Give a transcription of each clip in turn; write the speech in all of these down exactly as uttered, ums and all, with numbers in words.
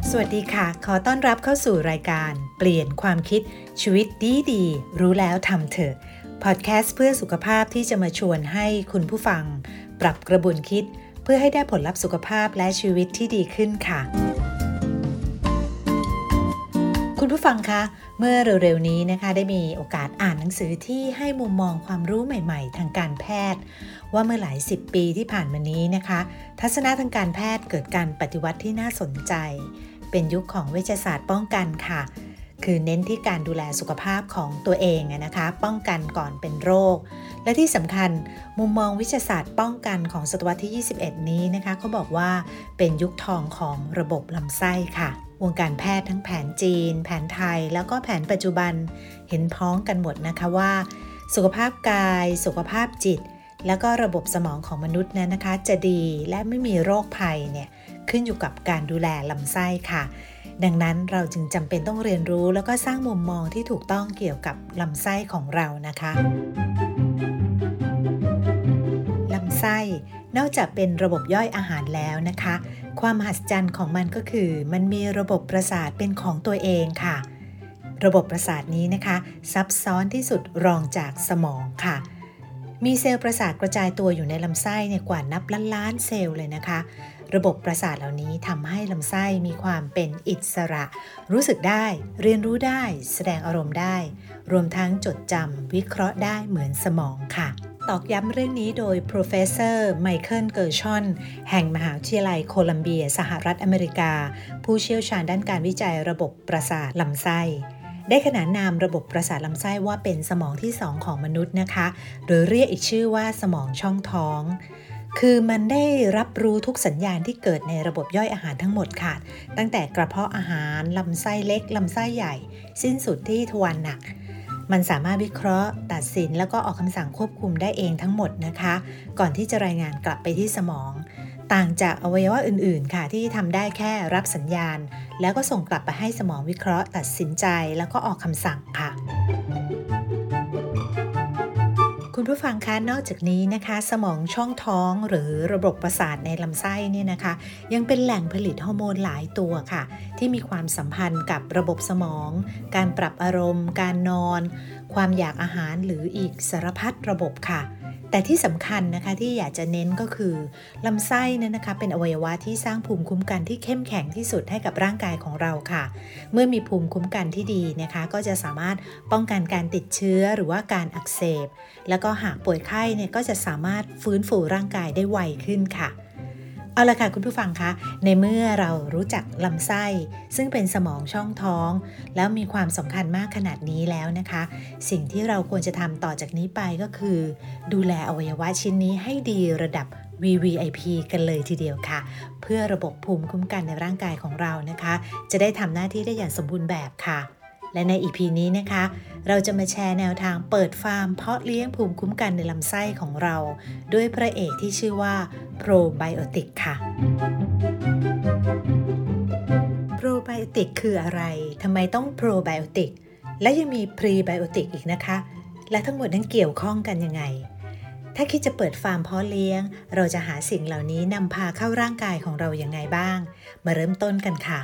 สวัสดีค่ะขอต้อนรับเข้าสู่รายการเปลี่ยนความคิดชีวิตดีดีรู้แล้วทำเถอะพอดแคสต์เพื่อสุขภาพที่จะมาชวนให้คุณผู้ฟังปรับกระบวนคิดเพื่อให้ได้ผลลัพธ์สุขภาพและชีวิตที่ดีขึ้นค่ะคุณผู้ฟังคะเมื่อเร็วๆนี้นะคะได้มีโอกาสอ่านหนังสือที่ให้มุมมองความรู้ใหม่ๆทางการแพทย์ว่าเมื่อหลายสิบปีที่ผ่านมานี้นะคะทัศนะทางการแพทย์เกิดการปฏิวัติที่น่าสนใจเป็นยุคของเวชศาสตร์ป้องกันค่ะคือเน้นที่การดูแลสุขภาพของตัวเองนะคะป้องกันก่อนเป็นโรคและที่สำคัญมุมมองวิทยาศาสตร์ป้องกันของศตวรรษที่ยี่สิบเอ็ดนี้นะคะเขาบอกว่าเป็นยุคทองของระบบลำไส้ค่ะวงการแพทย์ทั้งแผนจีนแผนไทยแล้วก็แผนปัจจุบันเห็นพ้องกันหมดนะคะว่าสุขภาพกายสุขภาพจิตแล้วก็ระบบสมองของมนุษย์นั้นนะคะจะดีและไม่มีโรคภัยเนี่ยขึ้นอยู่กับการดูแลลำไส้ค่ะดังนั้นเราจึงจำเป็นต้องเรียนรู้แล้วก็สร้างมุมมองที่ถูกต้องเกี่ยวกับลำไส้ของเรานะคะลำไส้นอกจากเป็นระบบย่อยอาหารแล้วนะคะความมหัศจรรย์ของมันก็คือมันมีระบบประสาทเป็นของตัวเองค่ะระบบประสาทนี้นะคะซับซ้อนที่สุดรองจากสมองค่ะมีเซลล์ประสาทกระจายตัวอยู่ในลำไส้เนี่ยกว่านับล้านล้านเซลล์เลยนะคะระบบประสาทเหล่านี้ทำให้ลำไส้มีความเป็นอิสระรู้สึกได้เรียนรู้ได้แสดงอารมณ์ได้รวมทั้งจดจำวิเคราะห์ได้เหมือนสมองค่ะตอกย้ำเรื่องนี้โดย Professor Michael Gershon แห่งมหาวิทยาลัยโคลัมเบียสหรัฐอเมริกาผู้เชี่ยวชาญด้านการวิจัยระบบประสาทลำไส้ได้ขนานนามระบบประสาทลำไส้ว่าเป็นสมองที่สองของมนุษย์นะคะหรือเรียกอีกชื่อว่าสมองช่องท้องคือมันได้รับรู้ทุกสัญญาณที่เกิดในระบบย่อยอาหารทั้งหมดค่ะตั้งแต่กระเพาะอาหารลำไส้เล็กลำไส้ใหญ่สิ้นสุดที่ทวารหนักมันสามารถวิเคราะห์ตัดสินแล้วก็ออกคำสั่งควบคุมได้เองทั้งหมดนะคะก่อนที่จะรายงานกลับไปที่สมองต่างจากอวัยวะอื่นๆค่ะที่ทำได้แค่รับสัญญาณแล้วก็ส่งกลับไปให้สมองวิเคราะห์ตัดสินใจแล้วก็ออกคำสั่งค่ะคุณผู้ฟังคะนอกจากนี้นะคะสมองช่องท้องหรือระบบประสาทในลำไส้เนี่ยนะคะยังเป็นแหล่งผลิตฮอร์โมนหลายตัวค่ะที่มีความสัมพันธ์กับระบบสมองการปรับอารมณ์การนอนความอยากอาหารหรืออีกสารพัดระบบค่ะแต่ที่สำคัญนะคะที่อยากจะเน้นก็คือลำไส้นั้นนะคะเป็นอวัยวะที่สร้างภูมิคุ้มกันที่เข้มแข็งที่สุดให้กับร่างกายของเราค่ะเมื่อมีภูมิคุ้มกันที่ดีนะคะก็จะสามารถป้องกันการติดเชื้อหรือว่าการอักเสบแล้วก็หากป่วยไข้เนี่ยก็จะสามารถฟื้นฟูร่างกายได้ไวขึ้นค่ะเอาละค่ะคุณผู้ฟังคะในเมื่อเรารู้จักลำไส้ซึ่งเป็นสมองช่องท้องแล้วมีความสำคัญมากขนาดนี้แล้วนะคะสิ่งที่เราควรจะทำต่อจากนี้ไปก็คือดูแลอวัยวะชิ้นนี้ให้ดีระดับ วี วี ไอ พี กันเลยทีเดียวค่ะเพื่อระบบภูมิคุ้มกันในร่างกายของเรานะคะจะได้ทำหน้าที่ได้อย่างสมบูรณ์แบบค่ะและใน อี พี นี้นะคะเราจะมาแชร์แนวทางเปิดฟาร์มเพาะเลี้ยงภูมิคุ้มกันในลำไส้ของเราด้วยพระเอกที่ชื่อว่าโปรไบโอติกค่ะโปรไบโอติกคืออะไรทำไมต้องโปรไบโอติกและยังมีพรีไบโอติกอีกนะคะและทั้งหมดนั้นเกี่ยวข้องกันยังไงถ้าคิดจะเปิดฟาร์มเพาะเลี้ยงเราจะหาสิ่งเหล่านี้นำพาเข้าร่างกายของเราอย่างไงบ้างมาเริ่มต้นกันค่ะ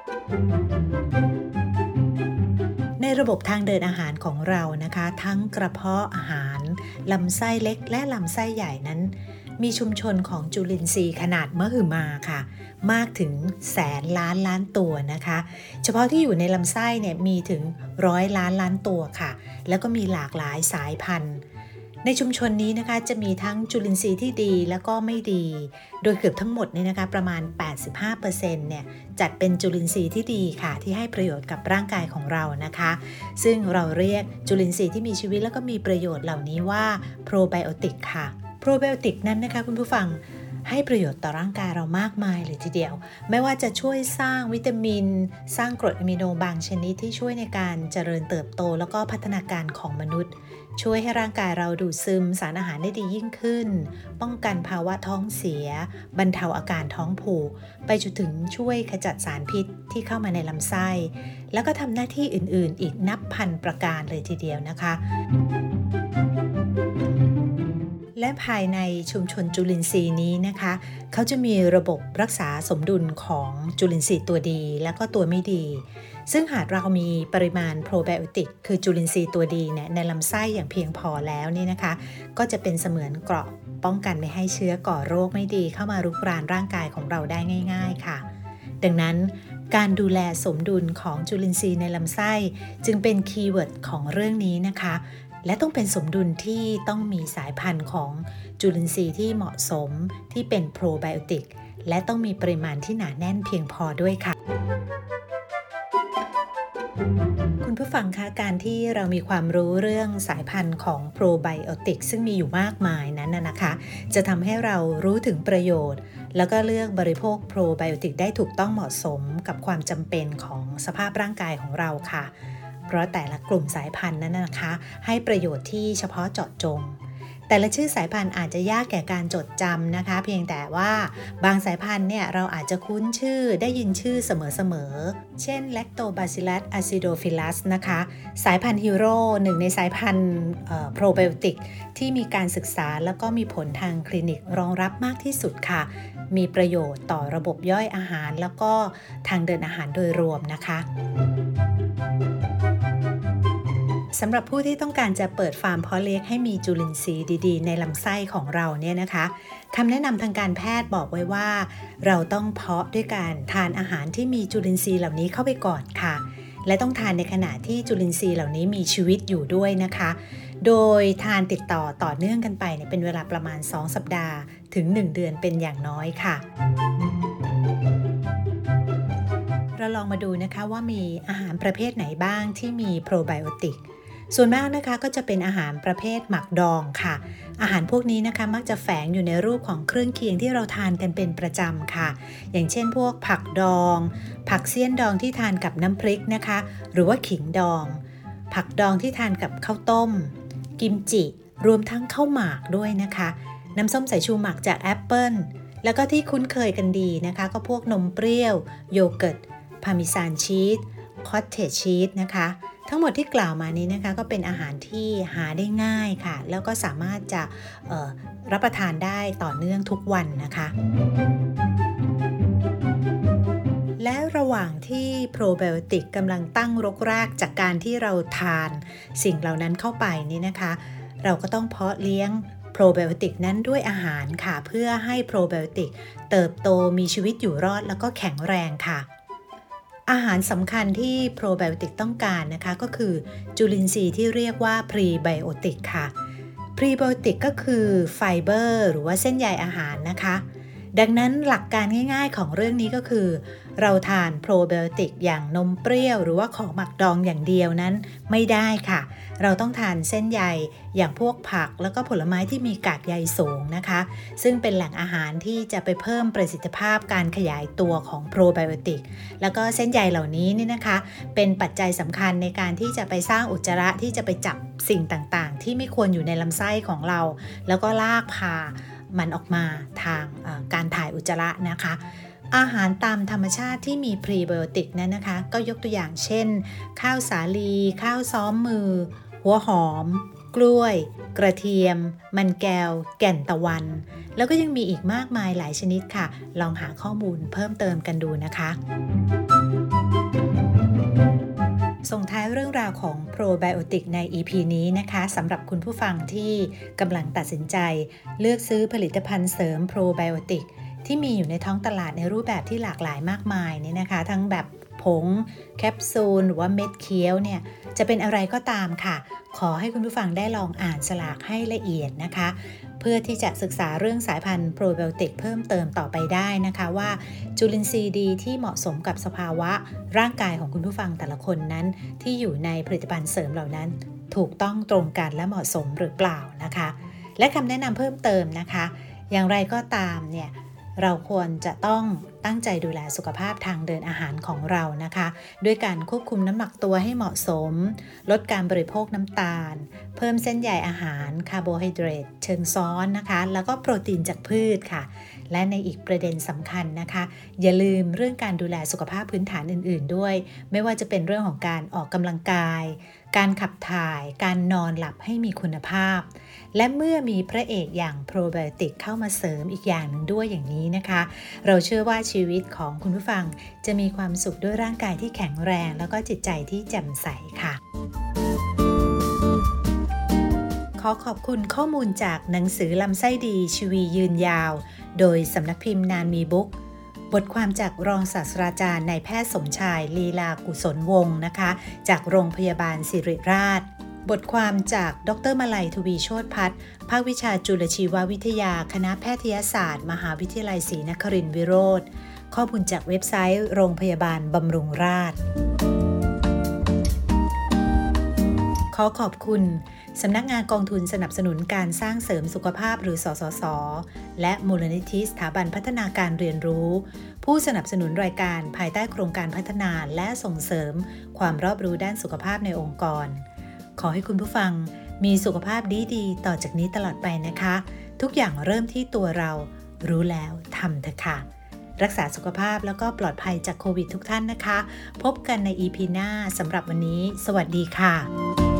ในระบบทางเดินอาหารของเรานะคะทั้งกระเพาะอาหารลำไส้เล็กและลำไส้ใหญ่นั้นมีชุมชนของจุลินทรีย์ขนาดมหึมาค่ะมากถึงแสนล้านล้านตัวนะคะเฉพาะที่อยู่ในลำไส้เนี่ยมีถึงร้อยล้านล้านตัวค่ะแล้วก็มีหลากหลายสายพันธุ์ในชุมชนนี้นะคะจะมีทั้งจุลินทรีย์ที่ดีแล้วก็ไม่ดีโดยเกือบทั้งหมดเนี่ยนะคะประมาณ แปดสิบห้าเปอร์เซ็นต์ เนี่ยจัดเป็นจุลินทรีย์ที่ดีค่ะที่ให้ประโยชน์กับร่างกายของเรานะคะซึ่งเราเรียกจุลินทรีย์ที่มีชีวิตแล้วก็มีประโยชน์เหล่านี้ว่าโปรไบโอติกค่ะโปรไบโอติกนั้นนะคะคุณผู้ฟังให้ประโยชน์ต่อร่างกายเรามากมายเลยทีเดียวไม่ว่าจะช่วยสร้างวิตามินสร้างกรดอะมิโนบางชนิดที่ช่วยในการเจริญเติบโตแล้วก็พัฒนาการของมนุษย์ช่วยให้ร่างกายเราดูดซึมสารอาหารได้ดียิ่งขึ้นป้องกันภาวะท้องเสียบรรเทาอาการท้องผูกไปจนถึงช่วยขจัดสารพิษที่เข้ามาในลำไส้แล้วก็ทำหน้าที่อื่นๆอีกนับพันประการเลยทีเดียวนะคะและภายในชุมชนจุลินทรีย์นี้นะคะเขาจะมีระบบรักษาสมดุลของจุลินทรีย์ตัวดีและก็ตัวไม่ดีซึ่งหากเรามีปริมาณโปรไบโอติกคือจุลินทรีย์ตัวดีเนี่ยในลำไส้อย่างเพียงพอแล้วนี่นะคะก็จะเป็นเสมือนเกราะป้องกันไม่ให้เชื้อก่อโรคไม่ดีเข้ามารุกรานร่างกายของเราได้ง่ายๆค่ะดังนั้นการดูแลสมดุลของจุลินทรีย์ในลำไส้จึงเป็นคีย์เวิร์ดของเรื่องนี้นะคะและต้องเป็นสมดุลที่ต้องมีสายพันธุ์ของจุลินทรีย์ที่เหมาะสมที่เป็นโปรไบโอติกและต้องมีปริมาณที่หนาแน่นเพียงพอด้วยค่ะคุณผู้ฟังคะการที่เรามีความรู้เรื่องสายพันธุ์ของโปรไบโอติกซึ่งมีอยู่มากมายนั้นนะคะจะทำให้เรารู้ถึงประโยชน์แล้วก็เลือกบริโภคโปรไบโอติกได้ถูกต้องเหมาะสมกับความจำเป็นของสภาพร่างกายของเราค่ะเพราะแต่ละกลุ่มสายพันธุ์นั้นนะคะให้ประโยชน์ที่เฉพาะเจาะจงแต่ละชื่อสายพันธุ์อาจจะยากแก่การจดจำนะคะเพียงแต่ว่าบางสายพันธุ์เนี่ยเราอาจจะคุ้นชื่อได้ยินชื่อเสมอๆเช่น Lactobacillus acidophilus นะคะสายพันธุ์ฮีโร่หนึ่งในสายพันธุ์โปรไบโอติกที่มีการศึกษาแล้วก็มีผลทางคลินิกรองรับมากที่สุดค่ะมีประโยชน์ต่อระบบย่อยอาหารแล้วก็ทางเดินอาหารโดยรวมนะคะสำหรับผู้ที่ต้องการจะเปิดฟาร์มเพาะเลี้ยงให้มีจุลินทรีย์ดีๆในลำไส้ของเราเนี่ยนะคะคำแนะนำทางการแพทย์บอกไว้ว่าเราต้องเพาะด้วยการทานอาหารที่มีจุลินทรีย์เหล่านี้เข้าไปก่อนค่ะและต้องทานในขณะที่จุลินทรีย์เหล่านี้มีชีวิตอยู่ด้วยนะคะโดยทานติดต่อต่อเนื่องกันไปเนี่ยเป็นเวลาประมาณสองสัปดาห์ถึงหนึ่งเดือนเป็นอย่างน้อยค่ะเราลองมาดูนะคะว่ามีอาหารประเภทไหนบ้างที่มีโปรไบโอติกส่วนมากนะคะก็จะเป็นอาหารประเภทหมักดองค่ะอาหารพวกนี้นะคะมักจะแฝงอยู่ในรูปของเครื่องเคียงที่เราทานกันเป็นประจำค่ะอย่างเช่นพวกผักดองผักเสี้ยนดองที่ทานกับน้ำพริกนะคะหรือว่าขิงดองผักดองที่ทานกับข้าวต้มกิมจิรวมทั้งข้าวหมากด้วยนะคะน้ำส้มสายชูหมักจากแอปเปิ้ลแล้วก็ที่คุ้นเคยกันดีนะคะก็พวกนมเปรี้ยวโยเกิร์ตพาร์เมซานชีสคอตเทจชีสนะคะทั้งหมดที่กล่าวมานี้นะคะก็เป็นอาหารที่หาได้ง่ายค่ะแล้วก็สามารถจะรับประทานได้ต่อเนื่องทุกวันนะคะและระหว่างที่โปรไบโอติกกำลังตั้งรกรากจากการที่เราทานสิ่งเหล่านั้นเข้าไปนี่นะคะเราก็ต้องเพาะเลี้ยงโปรไบโอติกนั้นด้วยอาหารค่ะเพื่อให้โปรไบโอติกเติบโตมีชีวิตอยู่รอดแล้วก็แข็งแรงค่ะอาหารสำคัญที่โปรไบโอติกต้องการนะคะก็คือจุลินทรีย์ที่เรียกว่าพรีไบโอติกค่ะพรีไบโอติกก็คือไฟเบอร์หรือว่าเส้นใยอาหารนะคะดังนั้นหลักการง่ายๆของเรื่องนี้ก็คือเราทานโปรไบโอติกอย่างนมเปรี้ยวหรือว่าของหมักดองอย่างเดียวนั้นไม่ได้ค่ะเราต้องทานเส้นใยอย่างพวกผักแล้วก็ผลไม้ที่มีกากใยสูงนะคะซึ่งเป็นแหล่งอาหารที่จะไปเพิ่มประสิทธิภาพการขยายตัวของโปรไบโอติกแล้วก็เส้นใยเหล่านี้นี่นะคะเป็นปัจจัยสำคัญในการที่จะไปสร้างอุจจาระที่จะไปจับสิ่งต่างๆที่ไม่ควรอยู่ในลำไส้ของเราแล้วก็ลากพามันออกมาทางการถ่ายอุจจาระนะคะอาหารตามธรรมชาติที่มีพรีไบโอติกนั้นนะคะก็ยกตัวอย่างเช่นข้าวสาลีข้าวซ้อมมือหัวหอมกล้วยกระเทียมมันแก้วแก่นตะวันแล้วก็ยังมีอีกมากมายหลายชนิดค่ะลองหาข้อมูลเพิ่มเติมกันดูนะคะส่งท้ายเรื่องราวของโปรไบโอติกใน อี พี นี้นะคะสำหรับคุณผู้ฟังที่กำลังตัดสินใจเลือกซื้อผลิตภัณฑ์เสริมโปรไบโอติกที่มีอยู่ในท้องตลาดในรูปแบบที่หลากหลายมากมายนี่นะคะทั้งแบบผงแคปซูลหรือว่าเม็ดเคี้ยวเนี่ยจะเป็นอะไรก็ตามค่ะขอให้คุณผู้ฟังได้ลองอ่านฉลากให้ละเอียดนะคะเพื่อที่จะศึกษาเรื่องสายพันธุ์โปรไบโอติกเพิ่มเติมต่อไปได้นะคะว่าจุลินทรีย์ดีที่เหมาะสมกับสภาวะร่างกายของคุณผู้ฟังแต่ละคนนั้นที่อยู่ในผลิตภัณฑ์เสริมเหล่านั้นถูกต้องตรงกันและเหมาะสมหรือเปล่านะคะและคำแนะนำเพิ่มเติมนะคะอย่างไรก็ตามเนี่ยเราควรจะต้องตั้งใจดูแลสุขภาพทางเดินอาหารของเรานะคะด้วยการควบคุมน้ำหนักตัวให้เหมาะสมลดการบริโภคน้ำตาลเพิ่มเส้นใยอาหารคาร์โบไฮเดรตเชิงซ้อนนะคะแล้วก็โปรตีนจากพืชค่ะและในอีกประเด็นสำคัญนะคะอย่าลืมเรื่องการดูแลสุขภาพพื้นฐานอื่นๆด้วยไม่ว่าจะเป็นเรื่องของการออกกำลังกายการขับถ่ายการนอนหลับให้มีคุณภาพและเมื่อมีพระเอกอย่างโปรไบโอติกเข้ามาเสริมอีกอย่างหนึ่งด้วยอย่างนี้นะคะเราเชื่อว่าชีวิตของคุณผู้ฟังจะมีความสุขด้วยร่างกายที่แข็งแรงแล้วก็จิตใจที่แจ่มใสค่ะขอขอบคุณข้อมูลจากหนังสือลำไส้ดีชีวียืนยาวโดยสำนักพิมพ์นานมีบุ๊กบทความจากรองศาสตราจารย์นายแพทย์สมชายลีลากุศลวงศ์นะคะจากโรงพยาบาลศิริราชบทความจากดรมาลัยทวีโชติพัฒน์ภาควิชาจุลชีววิทยาคณะแพทยศาสตร์มหาวิทยาลัยศรีนครินทร์วิโรธข้อมูลจากเว็บไซต์โรงพยาบาลบำรุงราษฎร์ขอขอบคุณสำนักงานกองทุนสนับสนุนการสร้างเสริมสุขภาพหรือสสส.และมูลนิธิสถาบันพัฒนาการเรียนรู้ผู้สนับสนุนรายการภายใต้โครงการพัฒนาและส่งเสริมความรอบรู้ด้านสุขภาพในองค์กรขอให้คุณผู้ฟังมีสุขภาพดีๆต่อจากนี้ตลอดไปนะคะทุกอย่างเริ่มที่ตัวเรารู้แล้วทำเถอะค่ะรักษาสุขภาพแล้วก็ปลอดภัยจากโควิดทุกท่านนะคะพบกันใน อี พี หน้าสำหรับวันนี้สวัสดีค่ะ